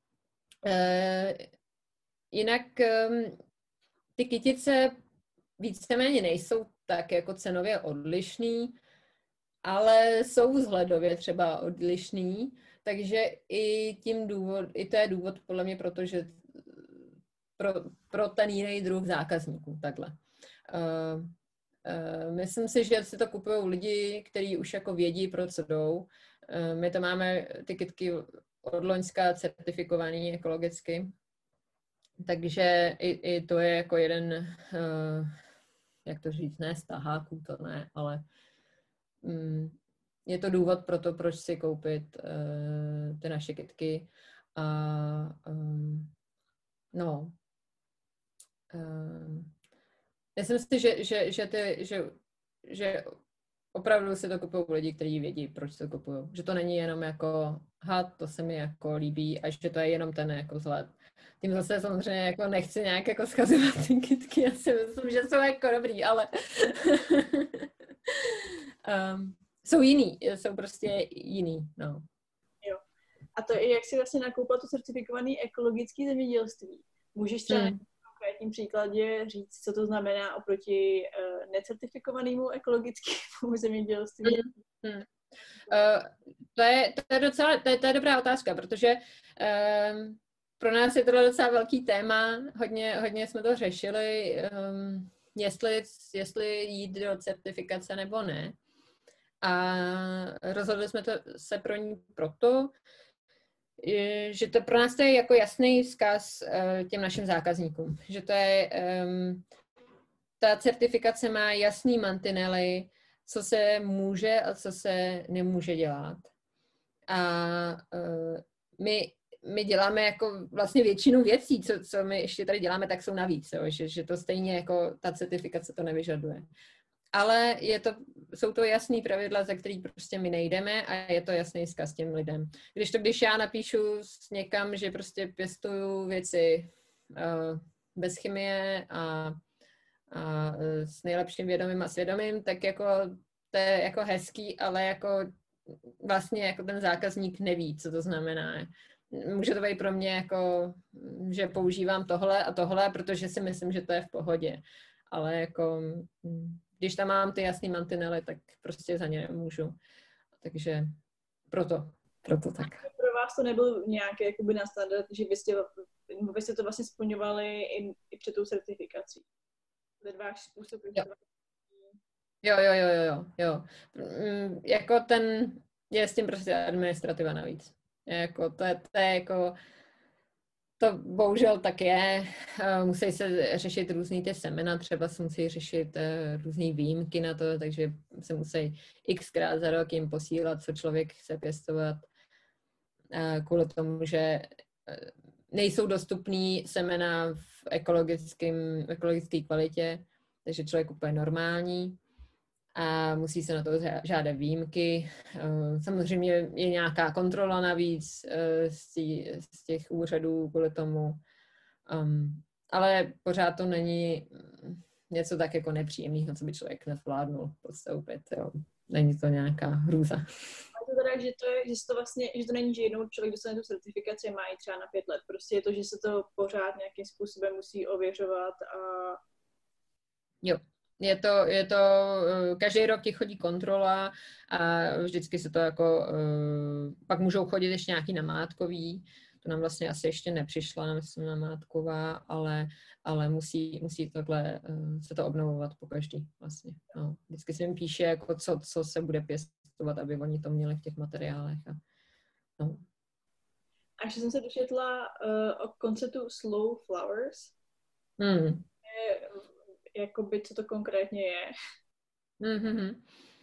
uh, jinak um, ty kytice víceméně nejsou tak jako cenově odlišný, ale jsou vzhledově třeba odlišný, takže i tím důvod, i to je důvod podle mě, protože pro, pro ten jiný druh zákazníků, takhle. Uh, uh, myslím si, že si to kupují lidi, kteří už jako vědí, pro co jdou. Uh, my to máme ty kytky od loňska certifikovaný ekologicky, takže i, i to je jako jeden, uh, jak to říct, ne z taháků, to ne, ale je to důvod pro to, proč si koupit uh, ty naše kytky. A um, no, um, myslím si, že, že, že, ty, že, že opravdu si to kupují lidi, kteří vědí, proč to kupují. Že to není jenom jako, ha, to se mi jako líbí a že to je jenom ten jako vzhled. Tím zase samozřejmě jako nechci nějak jako schazovat ty kytky, já si myslím, že jsou jako dobrý, ale um, jsou jiný, jsou prostě jiný, no. Jo. A to i jak si vlastně nakoupila to certifikované ekologické zemědělství. Můžeš třeba hmm. v konkrétním příkladě říct, co to znamená oproti uh, necertifikovanému ekologickému zemědělství? Hmm. Hmm. Uh, to, je, to je docela, to je, to je dobrá otázka, protože uh, pro nás je tohle docela velký téma, hodně, hodně jsme to řešili, um, jestli, jestli jít do certifikace nebo ne. A rozhodli jsme to, se pro ní proto, že to pro nás to je jako jasný vzkaz těm našim zákazníkům, že to je, um, ta certifikace má jasný mantinely, co se může a co se nemůže dělat. A uh, my, my děláme jako vlastně většinu věcí, co, co my ještě tady děláme, tak jsou navíc, jo? Že, že to stejně jako ta certifikace to nevyžaduje. Ale je to, jsou to jasný pravidla, za který prostě my nejdeme a je to jasný vzkaz těm lidem. Když to, když já napíšu s někam, že prostě pěstuju věci uh, bez chemie a, a s nejlepším vědomím a svědomím, tak jako to je jako hezký, ale jako vlastně jako ten zákazník neví, co to znamená. Může to být pro mě jako, že používám tohle a tohle, protože si myslím, že to je v pohodě. Ale jako, když tam mám ty jasný mantinely, tak prostě za ně můžu. Takže proto, proto tak. A pro vás to nebyl nějaký jakoby na standard, že vy jste, vy jste to vlastně splňovali i, i před tou certifikací? Ten váš způsob? Jo. jo, jo, jo, jo, jo, jo. Mm, jako ten, je s tím prostě administrativa navíc. Jako to, je, to je jako, to bohužel tak je. Musí se řešit různý ty semena, třeba se musí řešit uh, různý výjimky na to, takže se musí xkrát za rok jim posílat, co člověk chce pěstovat. Uh, kvůli tomu, že uh, nejsou dostupný semena v ekologickém, ekologické kvalitě, takže člověk kupuje normální a musí se na to žádat výjimky. Samozřejmě je nějaká kontrola navíc z těch úřadů kvůli tomu, um, ale pořád to není něco tak jako nepříjemného, co by člověk nezvládnul podstoupit. Jo. Není to nějaká hrůza. A to teda, že to, je, že to vlastně, že to není, že jednou člověk dostane tu certifikaci, má ji třeba na pět let. Prostě je to, že se to pořád nějakým způsobem musí ověřovat a... Jo. Je to, je to, každý rok ti chodí kontrola a vždycky se to jako, pak můžou chodit ještě nějaký namátkový, to nám vlastně asi ještě nepřišla, myslím, namátková, ale, ale musí, musí takhle se to obnovovat po každý vlastně. No. Vždycky se jim píše, jako co, co se bude pěstovat, aby oni to měli v těch materiálech. A, no. a ještě jsem se dočetla uh, o konceptu slow flowers. Hmm. Jakoby, co to konkrétně je. Mm-hmm.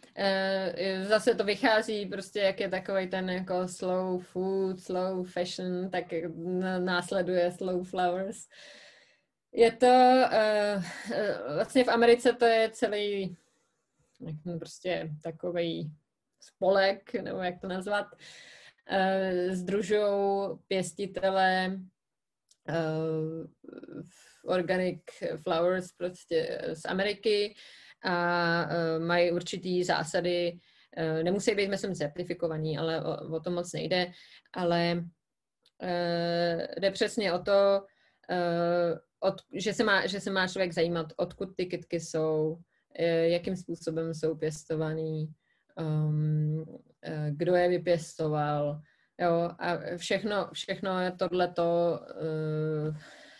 Zase to vychází prostě, jak je takovej ten jako slow food, slow fashion, tak následuje slow flowers. Je to, uh, vlastně v Americe to je celý prostě takovej spolek, nebo jak to nazvat, uh, sdružujou pěstitele uh, organic flowers prostě z Ameriky a uh, mají určitý zásady, uh, nemusí být, myslím, certifikovaní, ale o, o to moc nejde, ale uh, jde přesně o to, uh, od, že, se má, že se má člověk zajímat, odkud ty kytky jsou, uh, jakým způsobem jsou pěstovaný, um, uh, kdo je vypěstoval, jo, a všechno, všechno je tohleto, uh,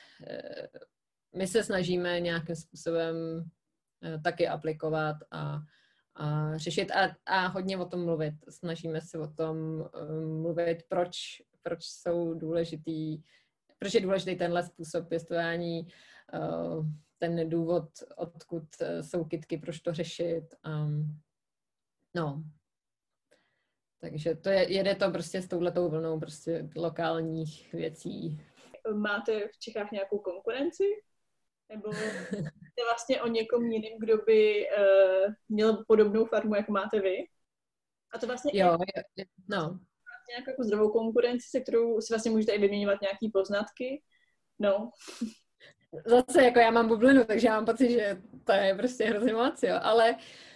my se snažíme nějakým způsobem taky aplikovat a, a řešit a, a hodně o tom mluvit. Snažíme se o tom mluvit, proč, proč jsou důležitý, proč je důležitý tenhle způsob pěstování, ten důvod, odkud jsou kytky, proč to řešit. Um, no. Takže to je, jede to prostě s touhletou vlnou prostě lokálních věcí. Máte v Čechách nějakou konkurenci? Nebo je vlastně o někom jiným, kdo by uh, měl podobnou farmu, jako máte vy? A to vlastně jo, je, no. Máte nějakou jako zdravou konkurenci, se kterou si vlastně můžete i vyměňovat nějaký poznatky? No. Zase jako já mám bublinu, takže já mám pocit, že to je prostě hrozně moc, jo, ale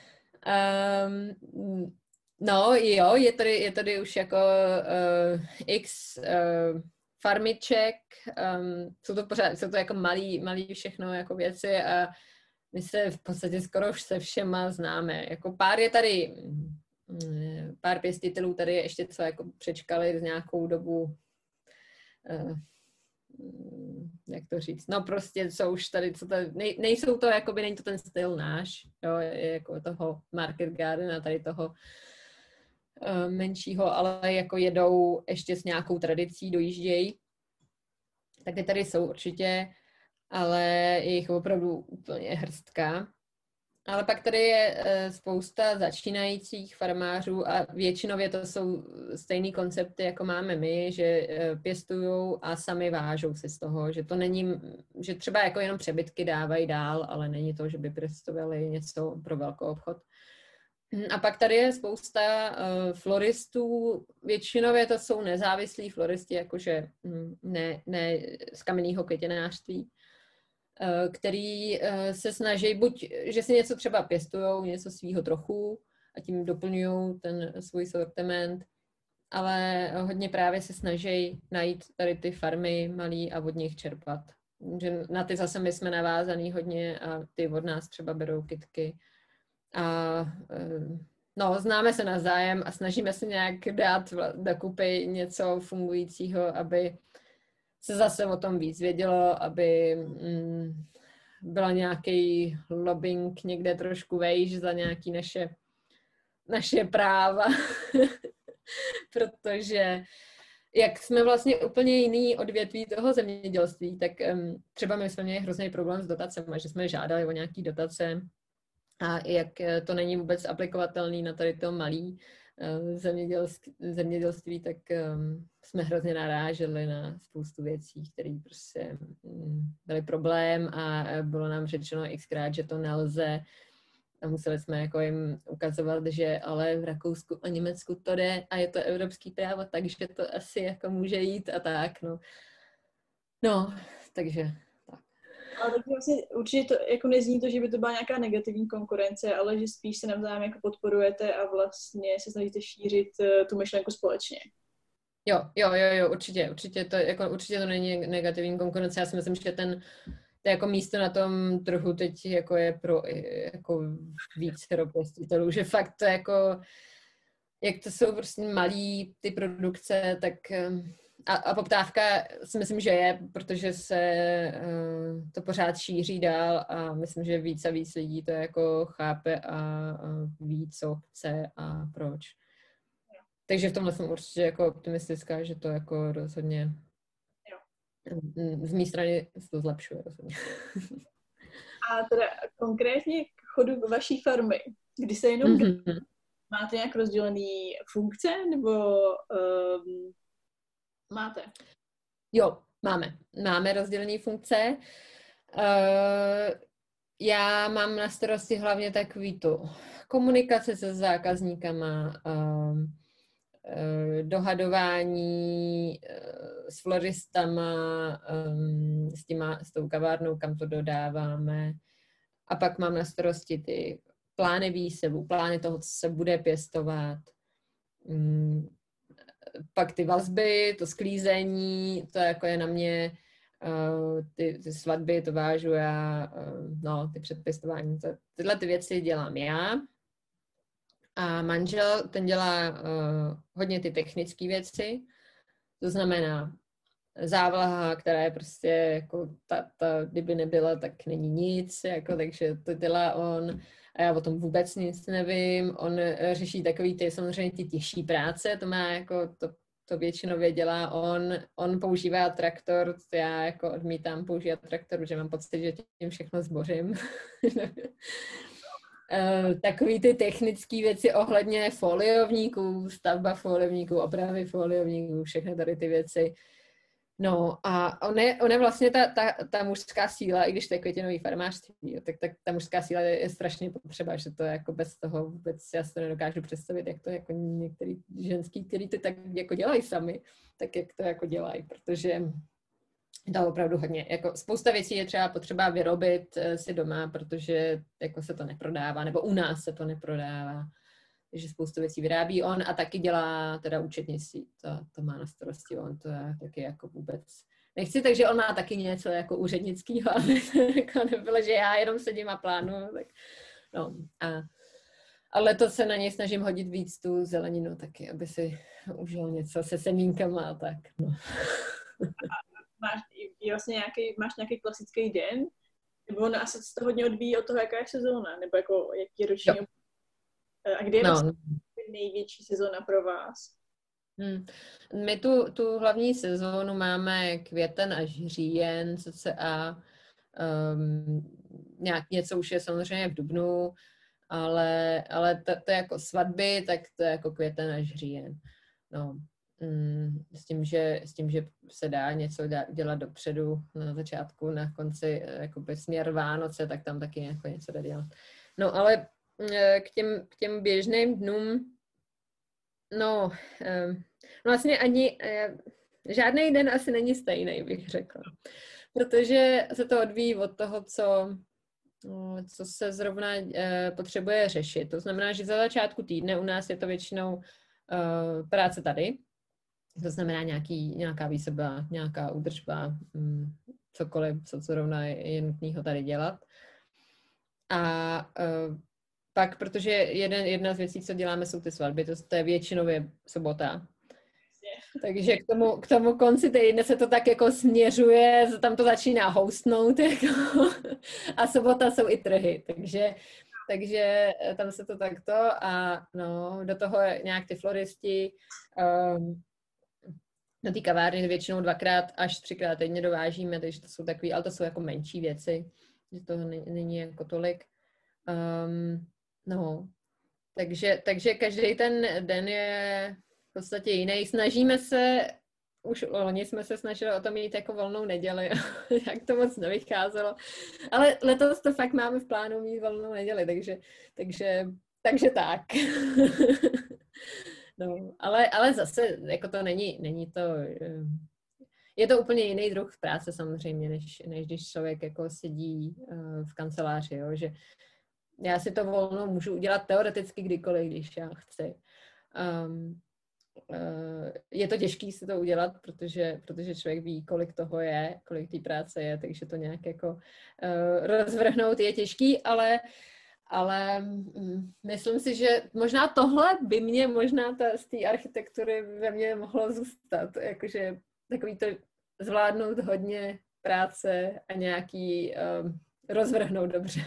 um, no jo, je tady, je tady už jako uh, x uh, farmiček, um, jsou to pořád, jsou to jako malý, malý všechno jako věci a my se v podstatě skoro už se všema známe. Jako pár je tady, pár pěstitelů tady ještě co jako přečkali z nějakou dobu, uh, jak to říct, no prostě co už tady, co tady, nej, nejsou to, jakoby není to ten styl náš, jo, je jako toho Market Garden a tady toho menšího, ale jako jedou ještě s nějakou tradicí, dojíždějí. Tak ty tady jsou určitě, ale je jich opravdu úplně hrstka. Ale pak tady je spousta začínajících farmářů a většinově to jsou stejný koncepty, jako máme my, že pěstujou a sami vážou si z toho, že to není, že třeba jako jenom přebytky dávají dál, ale není to, že by pěstovali něco pro velkou obchod. A pak tady je spousta floristů, většinově to jsou nezávislí floristi, jakože ne, ne z kamenného květinářství, který se snaží buď, že si něco třeba pěstujou, něco svýho trochu a tím doplňují ten svůj sortiment, ale hodně právě se snaží najít tady ty farmy malý a od nich čerpat. Že na ty zase my jsme navázaný hodně a ty od nás třeba berou kytky. A no, známe se navzájem a snažíme se nějak dát dokupy něco fungujícího, aby se zase o tom víc vědělo, aby mm, byla nějaký lobbying někde trošku vejš za nějaký naše, naše práva. Protože jak jsme vlastně úplně jiný odvětví toho zemědělství, tak um, třeba my jsme měli hrozný problém s dotacemi, že jsme žádali o nějaký dotace a jak to není vůbec aplikovatelný na tady to malý uh, zemědělství, zemědělství, tak um, jsme hrozně naráželi na spoustu věcí, které prostě um, byly problém a bylo nám řečeno xkrát, že to nelze. A museli jsme jako jim ukazovat, že ale v Rakousku a Německu to jde a je to evropský právo, takže to asi jako může jít a tak, no. No, takže tak. Ale tak vlastně určitě to jako nezní to, že by to byla nějaká negativní konkurence, ale že spíš se navzájem jako podporujete a vlastně se snažíte šířit tu myšlenku společně. Jo, jo, jo, jo, určitě, určitě to, jako, určitě to není negativní konkurence. Já si myslím, že ten to jako místo na tom trhu teď jako je pro jako víc pěstitelů, že fakt to jako, jak to jsou prostě malý ty produkce, tak a, a poptávka si myslím, že je, protože se uh, to pořád šíří dál a myslím, že víc a víc lidí to jako chápe a, a ví, co chce a proč. Takže v tomhle jsem určitě jako optimistická, že to jako rozhodně z mé strany se to zlepšuje rozhodně. A teda konkrétně k chodu vaší farmy, kdy se jenom mm-hmm. máte nějak rozdělený funkce, nebo um, máte? Jo, máme. Máme rozdělené funkce. Uh, já mám na starosti hlavně takový to komunikace se zákazníkama, uh, dohadování s floristama, s, těma, s tou kavárnou, kam to dodáváme. A pak mám na starosti ty plány výsevu, plány toho, co se bude pěstovat. Pak ty vazby, to sklízení, to jako je na mě, ty, ty svatby, to vážu já, no, ty předpěstování, to, tyhle ty věci dělám já. A manžel, ten dělá uh, hodně ty technické věci, to znamená závlaha, která je prostě jako ta, ta, kdyby nebyla, tak není nic, jako, takže to dělá on a já o tom vůbec nic nevím. On řeší takový ty, samozřejmě ty těžší práce, to má jako, to, to většinově dělá on. On používá traktor, to já jako odmítám používat traktor, protože mám pocit, že tím všechno zbořím. Uh, takový ty technické věci ohledně foliovníků, stavba foliovníků, opravy foliovníků, všechny tady ty věci. No a on je, on je vlastně ta, ta, ta mužská síla, i když to je květinový farmářství, tak, tak ta mužská síla je, je strašně potřeba, že to jako bez toho vůbec já si to nedokážu představit, jak to jako některý ženský, který to tak jako dělají sami, tak jak to jako dělají, protože to opravdu hodně. Jako spousta věcí je třeba potřeba vyrobit si doma, protože jako se to neprodává, nebo u nás se to neprodává. Takže spoustu věcí vyrábí on a taky dělá teda účetnictví. To, to má na starosti on, to je taky jako vůbec nechci, takže on má taky něco jako úřednického, aby to jako nebylo, že já jenom sedím a plánuju. Tak, no, a, ale to se na něj snažím hodit víc tu zeleninu taky, aby si užil něco se semínkama a tak. No. Máš vlastně nějaký, máš nějaký klasický den? Nebo ono asi se to hodně odvíjí od toho, jaká je sezóna? Nebo jako, jaký je roční? A kdy je no. vlastně největší sezóna pro vás? Hmm. My tu, tu hlavní sezónu máme květen až říjen, cca. Um, nějak něco už je samozřejmě v dubnu, ale, ale to, to je jako svatby, tak to je jako květen až říjen. No, mm, s tím, že, s tím, že se dá něco dělat dopředu, na začátku, na konci, jakoby směr Vánoce, tak tam taky jako něco dá dělat. No, ale k těm, k těm běžným dnům, no, vlastně ani žádný den asi není stejný, bych řekla. Protože se to odvíjí od toho, co, co se zrovna potřebuje řešit. To znamená, že za začátku týdne u nás je to většinou práce tady. To znamená nějaký, nějaká výsoba, nějaká údržba, cokoliv, co zrovna je nutného tady dělat. A pak, protože jeden, jedna z věcí, co děláme, jsou ty svatby, to, to je většinově sobota. Takže k tomu, k tomu konci týdne se to tak jako směřuje, tam to začíná hostnout jako, a sobota jsou i trhy, takže, takže tam se to takto a no, do toho nějak ty floristi, um, do té kavárny většinou dvakrát až třikrát týdně dovážíme, takže to jsou takový, ale to jsou jako menší věci, že to není jako tolik. Um, no, takže, takže každý ten den je v podstatě jiný. Snažíme se, už loni jsme se snažili o to mít jako volnou neděli, jak to moc nevycházelo, ale letos to fakt máme v plánu mít volnou neděli, takže, takže, takže tak. No, ale, ale zase, jako to není, není to, je to úplně jiný druh práce samozřejmě, než, než když člověk jako sedí uh, v kanceláři, jo, že já si to volnou můžu udělat teoreticky kdykoliv, když já chci. Um, uh, je to těžké si to udělat, protože, protože člověk ví, kolik toho je, kolik té práce je, takže to nějak jako uh, rozvrhnout je těžký, ale ale mm, myslím si, že možná tohle by mě, možná ta, z té architektury ve mně mohlo zůstat, jakože takový to zvládnout hodně práce a nějaký um, rozvrhnout dobře.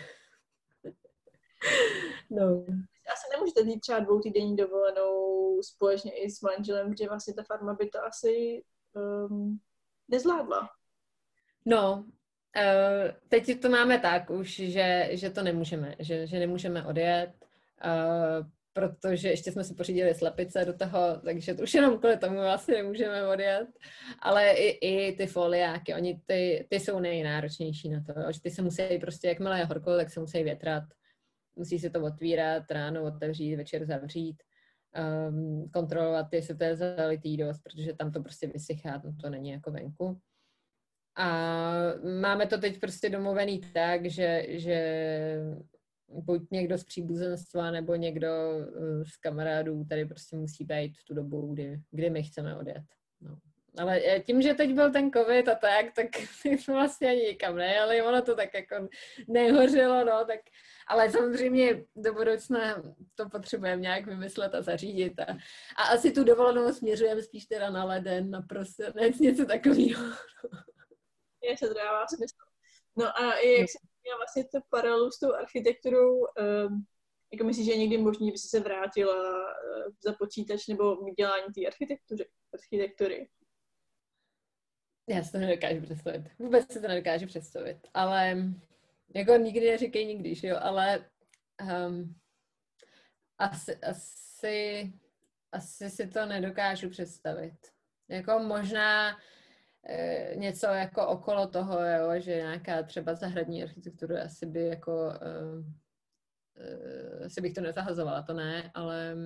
No. Asi nemůžete jít třeba dvoutýdenní dovolenou společně i s manželem, protože vlastně ta farma by to asi um, nezvládla. No, uh, teď to máme tak už, že, že to nemůžeme, že, že nemůžeme odjet, uh, protože ještě jsme si pořídili slepice do toho, takže to už jenom kvůli tomu vlastně nemůžeme odjet, ale i, i ty foliáky, oni ty, ty jsou nejnáročnější na to, že ty se musí prostě, jakmile je horko, tak se musí větrat. Musí se to otvírat, ráno otevřít, večer zavřít, um, kontrolovat, jestli to je zalitý dost, protože tam to prostě vysychá, tam to není jako venku. A máme to teď prostě domluvený tak, že, že buď někdo z příbuzenstva nebo někdo z kamarádů tady prostě musí být v tu dobu, kdy, kdy my chceme odjet. No. Ale tím, že teď byl ten covid a tak, tak jsme vlastně ani nikam nejeli, ono to tak jako nehořelo, no, tak, ale samozřejmě do budoucna to potřebujeme nějak vymyslet a zařídit a, a asi tu dovolenou směřujeme spíš teda na leden, na prosinec, něco takového. Je, se to dává smysl. No a jak jsi měla vlastně to paralelu s tou architekturou, um, jako myslíš, že je někdy možný, by si se vrátila uh, za počítač nebo dělání té architektury, architektury? Já si to nedokážu představit. Vůbec si to nedokážu představit. Ale jako nikdy neříkej nikdy, že jo, ale um, asi, asi, asi si to nedokážu představit. Jako možná e, něco jako okolo toho, jo, že nějaká třeba zahradní architektura asi by jako uh, uh, asi bych to nezahazovala, to ne, ale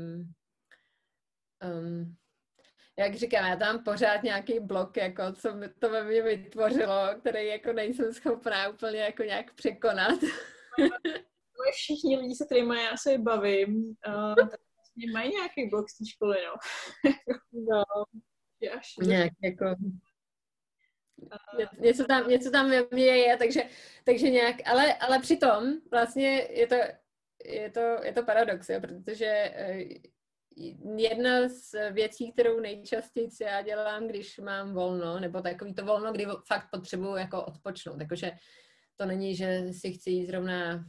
um, jak říkám, já tam pořád nějaký blok, jako, co to ve mně vytvořilo, který jako nejsem schopná úplně jako nějak překonat. Moje všichni lidi, se kterými já se bavím, uh, tak vlastně mají nějaký blok z té školy, no. No. Až nějak jako... Něco tam, něco tam ve mně je, takže, takže nějak, ale, ale přitom vlastně je to, je to, je to paradox, jo, protože jedna z věcí, kterou nejčastěji já dělám, když mám volno, nebo takový to volno, kdy fakt potřebuju jako odpočnout, takže to není, že si chci jít zrovna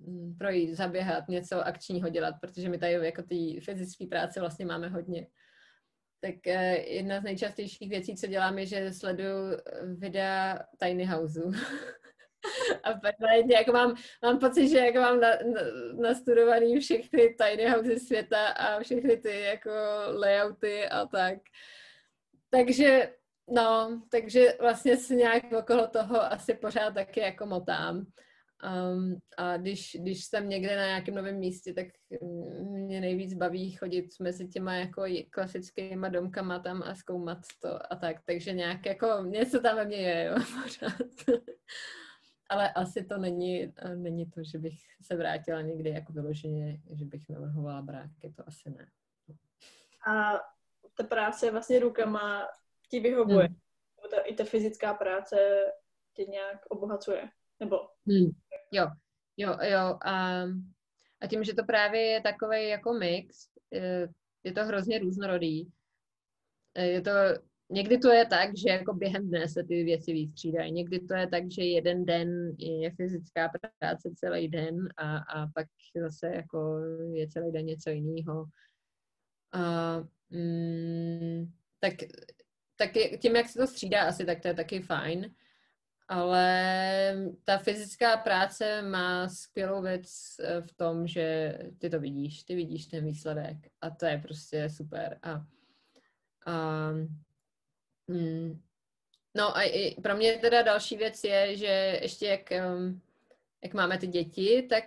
projít, zaběhat, něco akčního dělat, protože my tady jako ty fyzické práce vlastně máme hodně. Tak jedna z nejčastějších věcí, co dělám, je, že sleduju videa Tiny Houseu. A permanentně jako mám, mám pocit, že jako mám na, na, nastudovaný všechny tiny housey světa a všechny ty jako layouty a tak. Takže, no, takže vlastně se nějak okolo toho asi pořád taky jako motám. Um, a když, když jsem někde na nějakém novém místě, tak mě nejvíc baví chodit mezi těma jako klasickýma domkama tam a zkoumat to a tak. Takže nějak jako něco tam ve mně je, jo, pořád. Ale asi to není, není to, že bych se vrátila někdy jako vyloženě, že bych navrhovala bráky, to asi ne. A ta práce vlastně rukama ti vyhovuje? Hmm. Ta, I ta fyzická práce tě nějak obohacuje? Nebo? Hmm. Jo, jo, jo. A, a tím, že to právě je takový jako mix, je to hrozně různorodý. Je to Někdy to je tak, že jako během dne se ty věci vystřídají. Někdy to je tak, že jeden den je fyzická práce celý den a, a pak zase jako je celý den něco jiného. A, mm, tak, tak je, tím, jak se to střídá, asi tak to je taky fajn. Ale ta fyzická práce má skvělou věc v tom, že ty to vidíš, ty vidíš ten výsledek a to je prostě super. A, a Hmm. No a i pro mě teda další věc je, že ještě jak, jak máme ty děti, tak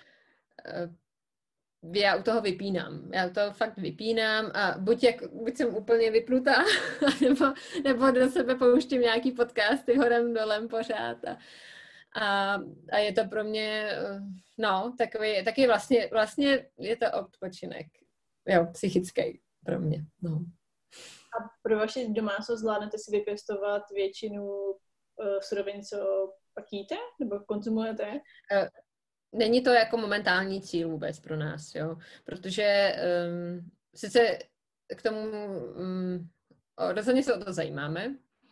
já u toho vypínám. Já to fakt vypínám a buď, jak, buď jsem úplně vypnutá, nebo, nebo do sebe pouštím nějaký podcasty horem dolem pořád a, a, a je to pro mě, no, takový, taky vlastně, vlastně je to odpočinek, jo, psychický pro mě, no. A pro vaši domácnost zvládnete si vypěstovat většinu uh, surovin, co pak jíte? Nebo konzumujete? Uh, není to jako momentální cíl vůbec pro nás, jo. Protože um, sice k tomu um, rozhodně se o to zajímáme.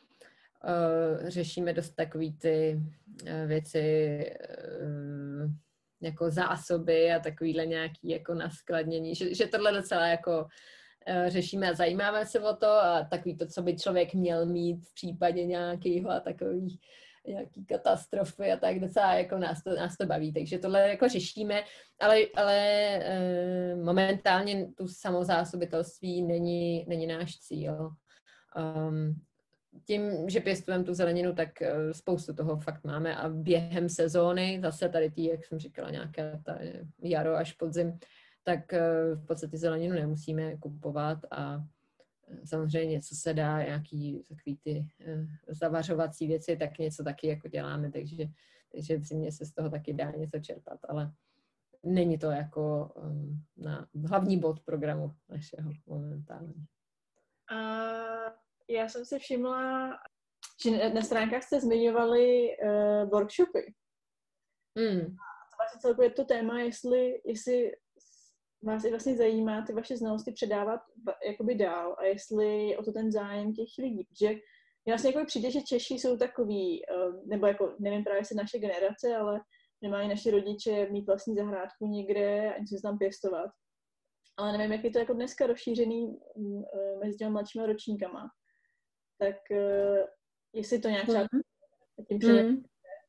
Uh, řešíme dost takový ty uh, věci uh, jako zásoby a takovýhle nějaký jako naskladnění. Že, že tohle docela jako řešíme a zajímáme se o to a takový to, co by člověk měl mít v případě nějakého a takových nějaký katastrofy a tak docela jako nás to, nás to baví, takže tohle jako řešíme, ale, ale e, momentálně tu samozásobitelství není, není náš cíl. Um, tím, že pěstujeme tu zeleninu, tak spoustu toho fakt máme a během sezóny, zase tady tý, jak jsem říkala, nějaké ta jaro až podzim, tak v podstatě zeleninu nemusíme kupovat a samozřejmě něco se dá, nějaký takový ty zavařovací věci, tak něco taky jako děláme, takže, takže v zimě se z toho taky dá něco čerpat, ale není to jako um, na hlavní bod programu našeho momentálně. A já jsem si všimla, že na stránkách jste zmiňovali uh, workshopy. Hmm. A to vlastně celkově to téma, jestli, jestli vás i vlastně zajímá ty vaše znalosti předávat jakoby dál a jestli je o to ten zájem těch lidí, protože mě vlastně jako přijde, že Češi jsou takový, nebo jako nevím právě jestli naše generace, ale nemají naši rodiče mít vlastní zahrádku někde a něco tam pěstovat. Ale nevím, jak je to jako dneska rozšířený mezi těmi mladšími ročníkama. Tak jestli to nějak třeba mm-hmm. tím přenese. Mm.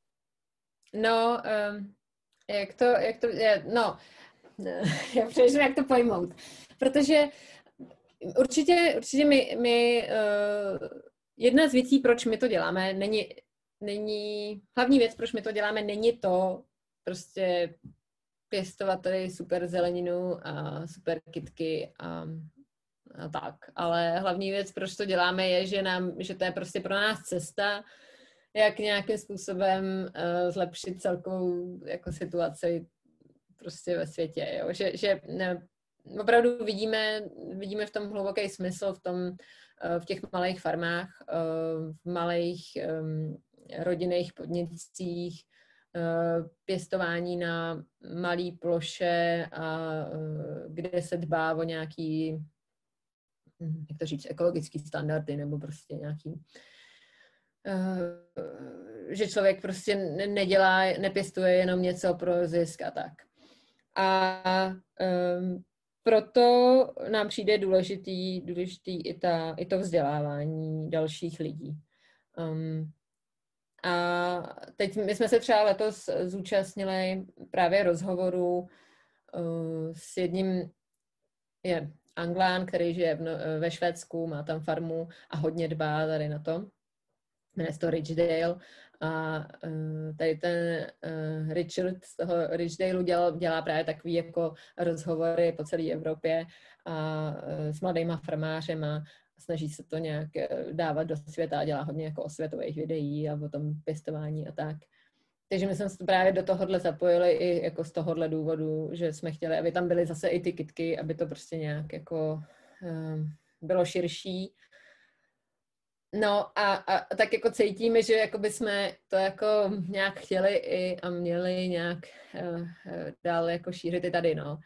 No, um, jak to, jak to, je, no, já přemýšlím, jak to pojmout. Protože určitě, určitě my, my uh, jedna z věcí, proč my to děláme, není, není, hlavní věc, proč my to děláme, není to prostě pěstovat tady super zeleninu a super kytky a, a tak. Ale hlavní věc, proč to děláme, je, že, nám, že to je prostě pro nás cesta, jak nějakým způsobem uh, zlepšit celkovou jako situaci prostě ve světě, jo? Že, že ne, opravdu vidíme, vidíme v tom hluboký smysl v tom, v těch malých farmách, v malých um, rodinných podnicích, uh, pěstování na malý ploše a uh, kde se dbá o nějaký, jak to říct, ekologický standardy nebo prostě nějaký že člověk prostě nedělá, nepěstuje jenom něco pro zisk a tak. A um, proto nám přijde důležitý, důležitý i, ta, i to vzdělávání dalších lidí. Um, a teď my jsme se třeba letos zúčastnili právě rozhovoru uh, s jedním, je Anglán, který žije v, ve Švédsku, má tam farmu a hodně dbá tady na to. Jmenuje se to Ridgedale. A uh, tady ten uh, Richard z toho Ridgedaleu dělá, dělá právě takový jako rozhovory po celé Evropě a uh, s mladýma farmářema. Snaží se to nějak dávat do světa a dělá hodně jako osvětových videí a o tom pěstování a tak. Takže my jsme se právě do tohohle zapojili i jako z tohohle důvodu, že jsme chtěli, aby tam byly zase i ty kytky, aby to prostě nějak jako um, bylo širší. No a, a tak jako cítíme, že jako by jsme to jako nějak chtěli i a měli nějak uh, dál jako šířit i tady, no.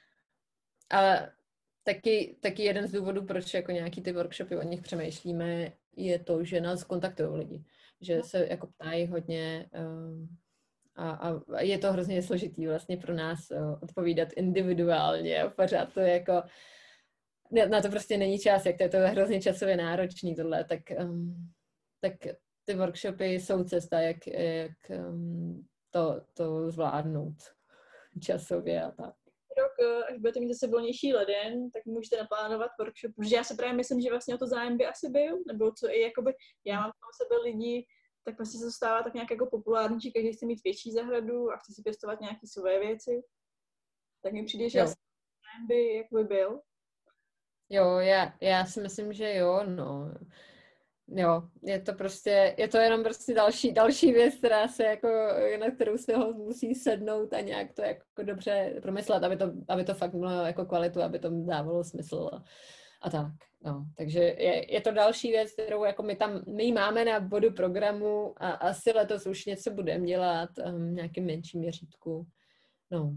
Ale taky, taky jeden z důvodů, proč jako nějaký ty workshopy o nich přemýšlíme, je to, že nás kontaktují lidi. Že se jako ptají hodně uh, a, a je to hrozně složitý vlastně pro nás uh, odpovídat individuálně a pořád to jako na to prostě není čas, jak to je to hrozně časově náročný tohle, tak, um, tak ty workshopy jsou cesta, jak, jak um, to, to zvládnout časově a tak. Rok, až budete mít zase volnější leden, tak můžete naplánovat workshop, protože já si právě myslím, že vlastně o to zájem by asi byl, nebo co i jakoby, já mám tam sebe lidi, tak vlastně se to stává tak nějak jako populární, že každý chce mít větší zahradu a chce si pěstovat nějaké své věci, tak mi přijde, že asi zájem by jakoby byl. Jo, já, já si myslím, že jo, no. Jo, je to prostě, je to jenom prostě další, další věc, která se jako, na kterou se ho musí sednout a nějak to jako dobře promyslet, aby to, aby to fakt mělo jako kvalitu, aby to dávalo smysl a, a tak, no. Takže je, je to další věc, kterou jako my tam, my máme na bodu programu a asi letos už něco budeme dělat um, nějakým menším měřítku, no.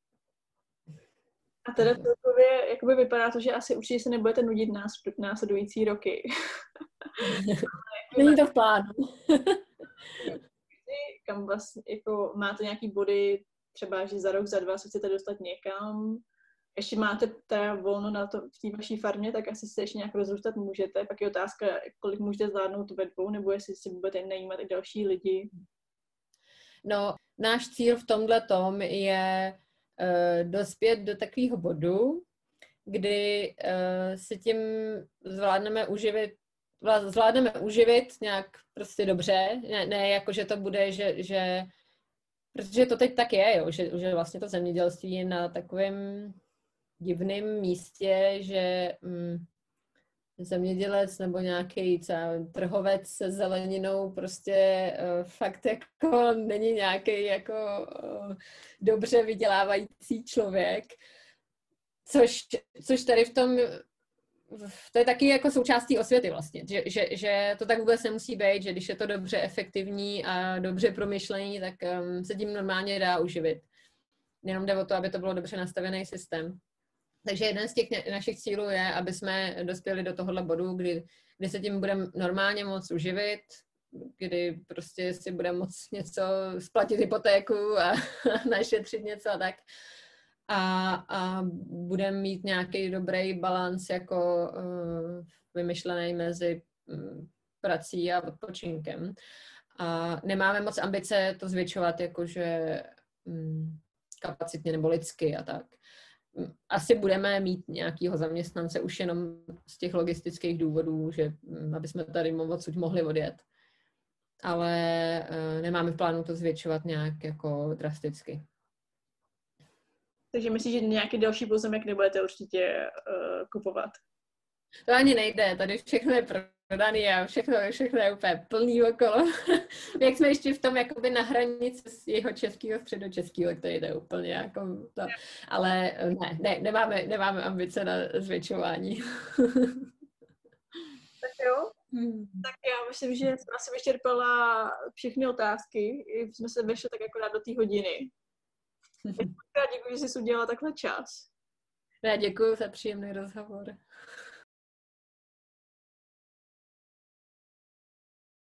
A teda celkově jakoby vypadá to, že asi určitě se nebudete nudit nás, následující roky. Není to v plánu. Kam vlastně, jako máte nějaký body, třeba, že za rok, za dva se chcete dostat někam, ještě máte teda volno na to v té vaší farmě, tak asi se ještě nějak rozrůstat můžete. Pak je otázka, kolik můžete zvládnout ve dvou, nebo jestli si budete najímat i další lidi. No, náš cíl v tomhle tom je uh, dospět do takového bodu, kdy uh, si tím zvládneme uživit, zvládneme uživit nějak prostě dobře, ne, ne jako, že to bude, že, že protože to teď tak je, jo, že, že vlastně to zemědělství je na takovém divném místě, že mm, zemědělec nebo nějaký trhovec se zeleninou prostě uh, fakt jako není nějaký jako uh, dobře vydělávající člověk, což, což tady v tom, to je taky jako součástí osvěty vlastně, že, že, že to tak vůbec nemusí být, že když je to dobře efektivní a dobře promyšlení, tak um, se tím normálně dá uživit. Jenom jde o to, aby to bylo dobře nastavený systém. Takže jeden z těch našich cílů je, aby jsme dospěli do tohohle bodu, kdy, kdy se tím budeme normálně moc uživit, kdy prostě si budeme moc něco splatit hypotéku a našetřit něco a tak. A, a budeme mít nějaký dobrý balans jako uh, vymyšlený mezi um, prací a odpočinkem. A nemáme moc ambice to zvětšovat jakože um, kapacitně nebo lidsky a tak. Asi budeme mít nějakýho zaměstnance už jenom z těch logistických důvodů, že aby jsme tady odsud mohli odjet. Ale uh, nemáme v plánu to zvětšovat nějak jako drasticky. Takže myslíš, že nějaký další pozemek nebudete určitě uh, kupovat? To ani nejde, tady všechno je prodaný a všechno, všechno je úplně plný okolo. Jak jsme ještě v tom jakoby na hranici z jeho českého středočeského, tak to jde úplně jako to. Ale ne, ne nemáme, nemáme ambice na zvětšování. Tak jo, hmm. tak já myslím, že jsem asi vyčerpala všechny otázky. Jsme se vešli tak akorát do té hodiny. Děkuji, že jsi udělala takhle čas. Ne, děkuji za příjemný rozhovor.